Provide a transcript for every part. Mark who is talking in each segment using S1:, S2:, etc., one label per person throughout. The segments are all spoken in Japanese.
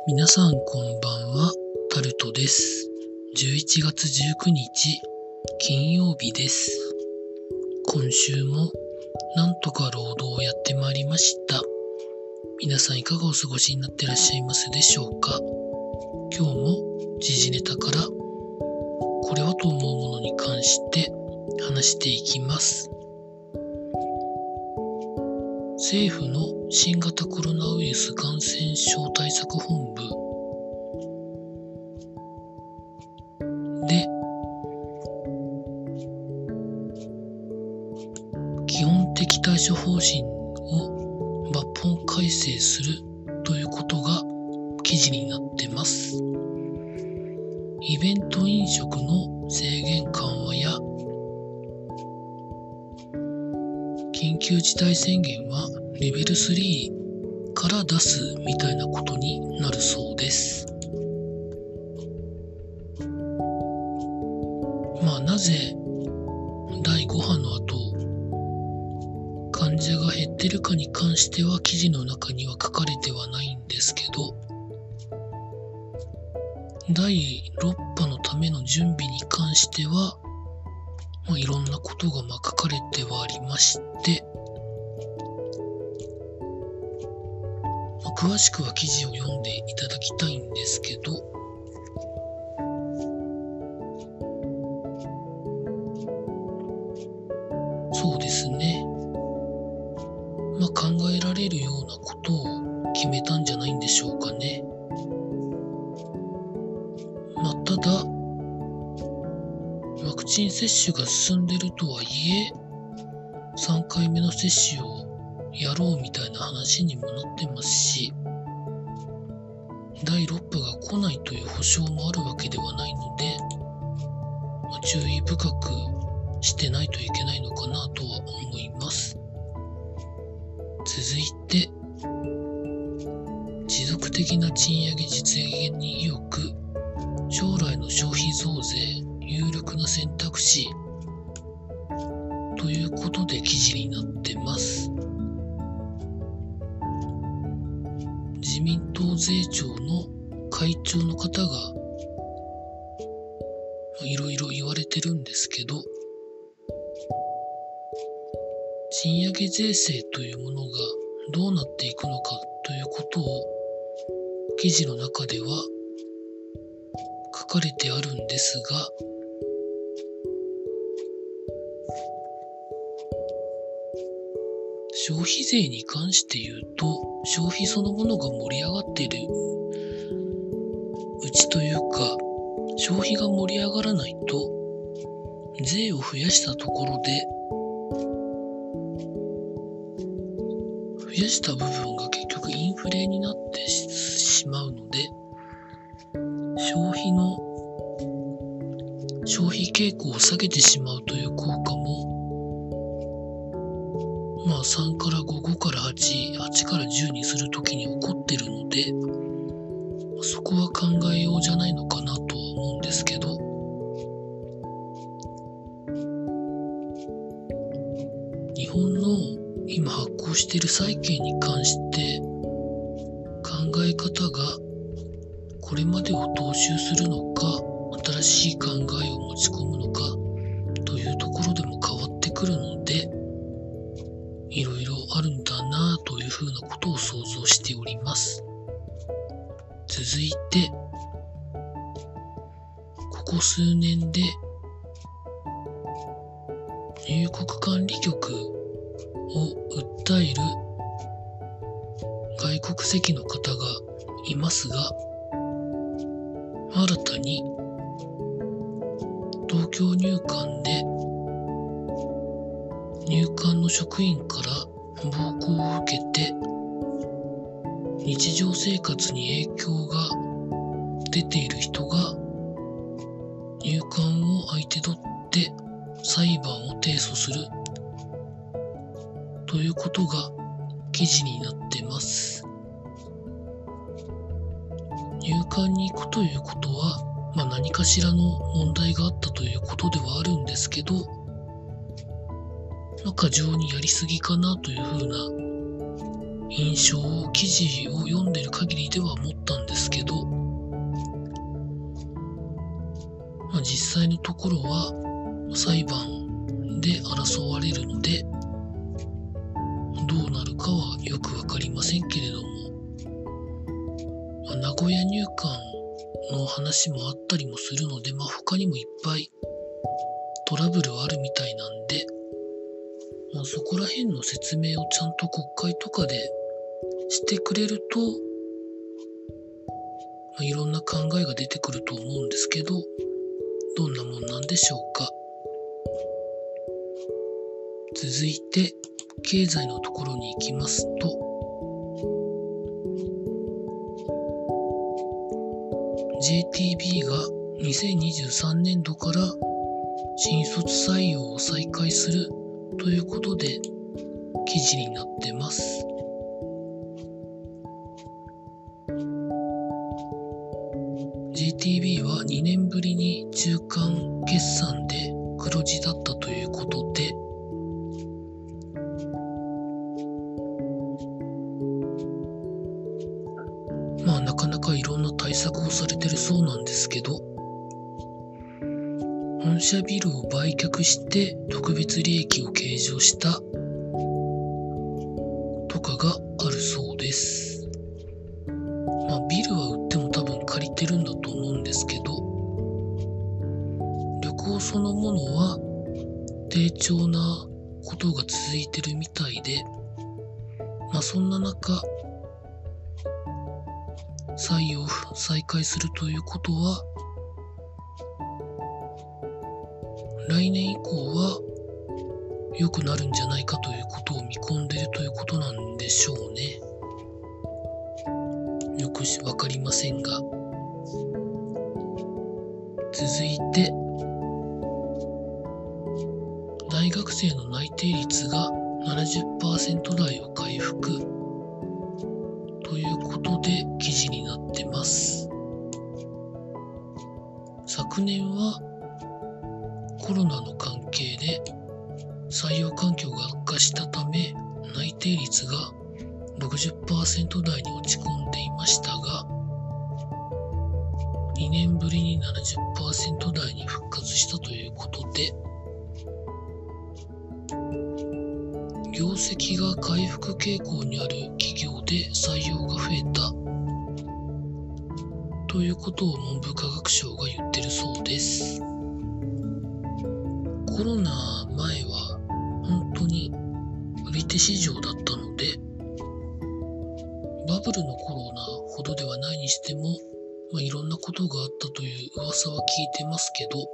S1: 皆さんこんばんは、タルトです。11月19日、金曜日です。今週もなんとか労働をやってまいりました。皆さんいかがお過ごしになってらっしゃいますでしょうか。今日も時事ネタからこれはと思うものに関して話していきます。政府の新型コロナウイルス感染症対策本部で基本的対処方針を抜本改正するということが記事になってます。イベント飲食の制限緩和や緊急事態宣言はレベル3から出すみたいなことになるそうです。なぜ第5波の後患者が減ってるかに関しては記事の中には書かれてはないんですけど、第6波のための準備に関してはいろんなことが書かれてはありまして、詳しくは記事を読んでいただきたいんですけど、そうですね、考えられるようなことを決めたんじゃないんでしょうかね。ただワクチン接種が進んでるとはいえ3回目の接種をやろうみたいな話にもなってますし、第6波が来ないという保証もあるわけではないので、注意深くしてないといけないのかなとは思います。続いて、持続的な賃上げ実現に意欲、将来の消費増税有力な選択肢ということで記事になってます。自民党税調の会長の方がいろいろ言われてるんですけど、賃上げ税制というものがどうなっていくのかということを記事の中では書かれてあるんですが、消費税に関して言うと、消費そのものが盛り上がっているうちというか、消費が盛り上がらないと税を増やしたところで増やした部分が結局インフレになってしまうので、消費傾向を下げてしまうという効果も3から5、5から8、8から10にするときに起こってるので、そこは考えようじゃないのかなとは思うんですけど、日本の今発行している債券に関して考え方がこれまでを踏襲するのか、新しい考えを持ち込むのかというところでも変わってくるので、いろいろあるんだなというふうなことを想像しております。続いて、ここ数年で入国管理局を訴える外国籍の方がいますが、新たに東京入管で入管の職員から暴行を受けて日常生活に影響が出ている人が入管を相手取って裁判を提訴するということが記事になってます。入管に行くということは、何かしらの問題があったということではあるんですけど、過剰にやりすぎかなというふうな印象を記事を読んでる限りでは思ったんですけど、実際のところは裁判で争われるので、どうなるかはよくわかりませんけれども、名古屋入管の話もあったりもするので、他にもいっぱいトラブルはあるみたいなんで、そこら辺の説明をちゃんと国会とかでしてくれると、いろんな考えが出てくると思うんですけど、どんなもんなんでしょうか。続いて経済のところに行きますと、JTB が2023年度から新卒採用を再開するということで記事になってます。JTB は2年ぶりに中間決算で黒字だったということで、なかなかいろんな対策をされてるそうなんですけど、本社ビルを売却して特別利益を計上したとかがあるそうです。ビルは売っても多分借りてるんだと思うんですけど、旅行そのものは低調なことが続いてるみたいで、そんな中採用再開するということは、来年以降は良くなるんじゃないかということを見込んでいるということなんでしょうね。よくわかりませんが、続いて大学生の内定率が 70% 台を回復ということで記事になってます。昨年はコロナの関係で採用環境が悪化したため、内定率が 60% 台に落ち込んでいましたが、2年ぶりに 70% 台に復活したということで、業績が回復傾向にある企業で採用が増えたということを文部科学省が言ってるそうです。コロナ前は本当に売り手市場だったので、バブルのコロナほどではないにしても、いろんなことがあったという噂は聞いてますけど、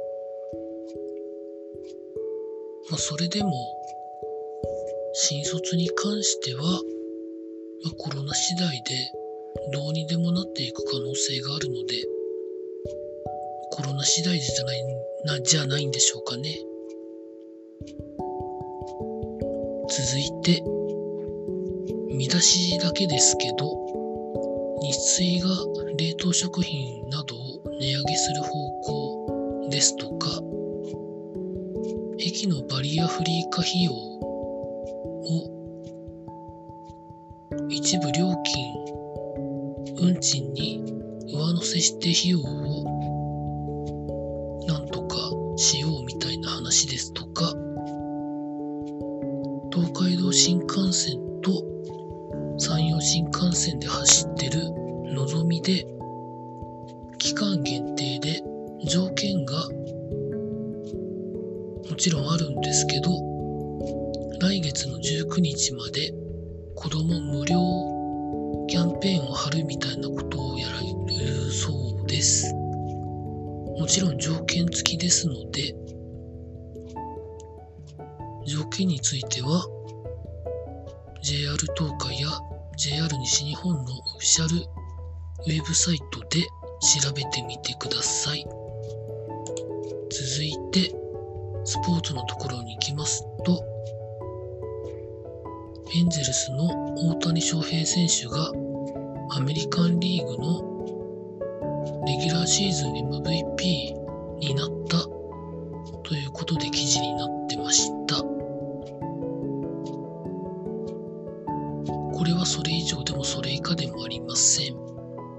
S1: それでも新卒に関しては、コロナ次第でどうにでもなっていく可能性があるので、コロナ次第じゃないんでしょうかね。続いて見出しだけですけど、日水が冷凍食品などを値上げする方向ですとか、駅のバリアフリー化費用を一部料金、運賃に上乗せして費用をなんとかしようみたいな話ですとか、東海道新幹線と山陽新幹線で走ってるのぞみで期間限定で条件がもちろんあるんですけど、来月の19日まで子供無料キャンペーンを貼るみたいなことをやられるそうです。もちろん条件付きですので、条件については JR 東海や JR 西日本のオフィシャルウェブサイトで調べてみてください。続いてスポーツのところに行きますと、エンゼルスの大谷翔平選手がアメリカンリーグのレギュラーシーズン MVP になったということで記事になってました。ここれはそれ以上でもそれ以下でもありません。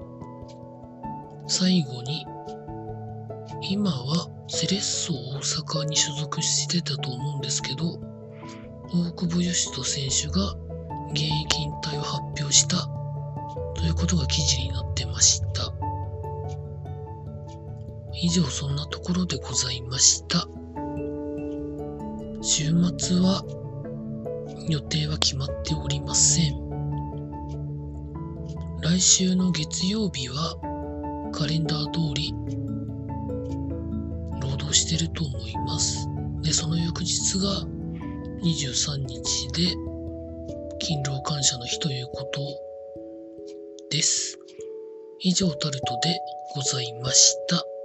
S1: 最後に、今はセレッソ大阪に所属してたと思うんですけど、大久保嘉人選手が現役引退を発表したということが記事になってました。以上、そんなところでございました。週末は予定は決まっておりません。来週の月曜日はカレンダー通り労働してると思います。で、その翌日が23日で勤労感謝の日ということです。以上タルトでございました。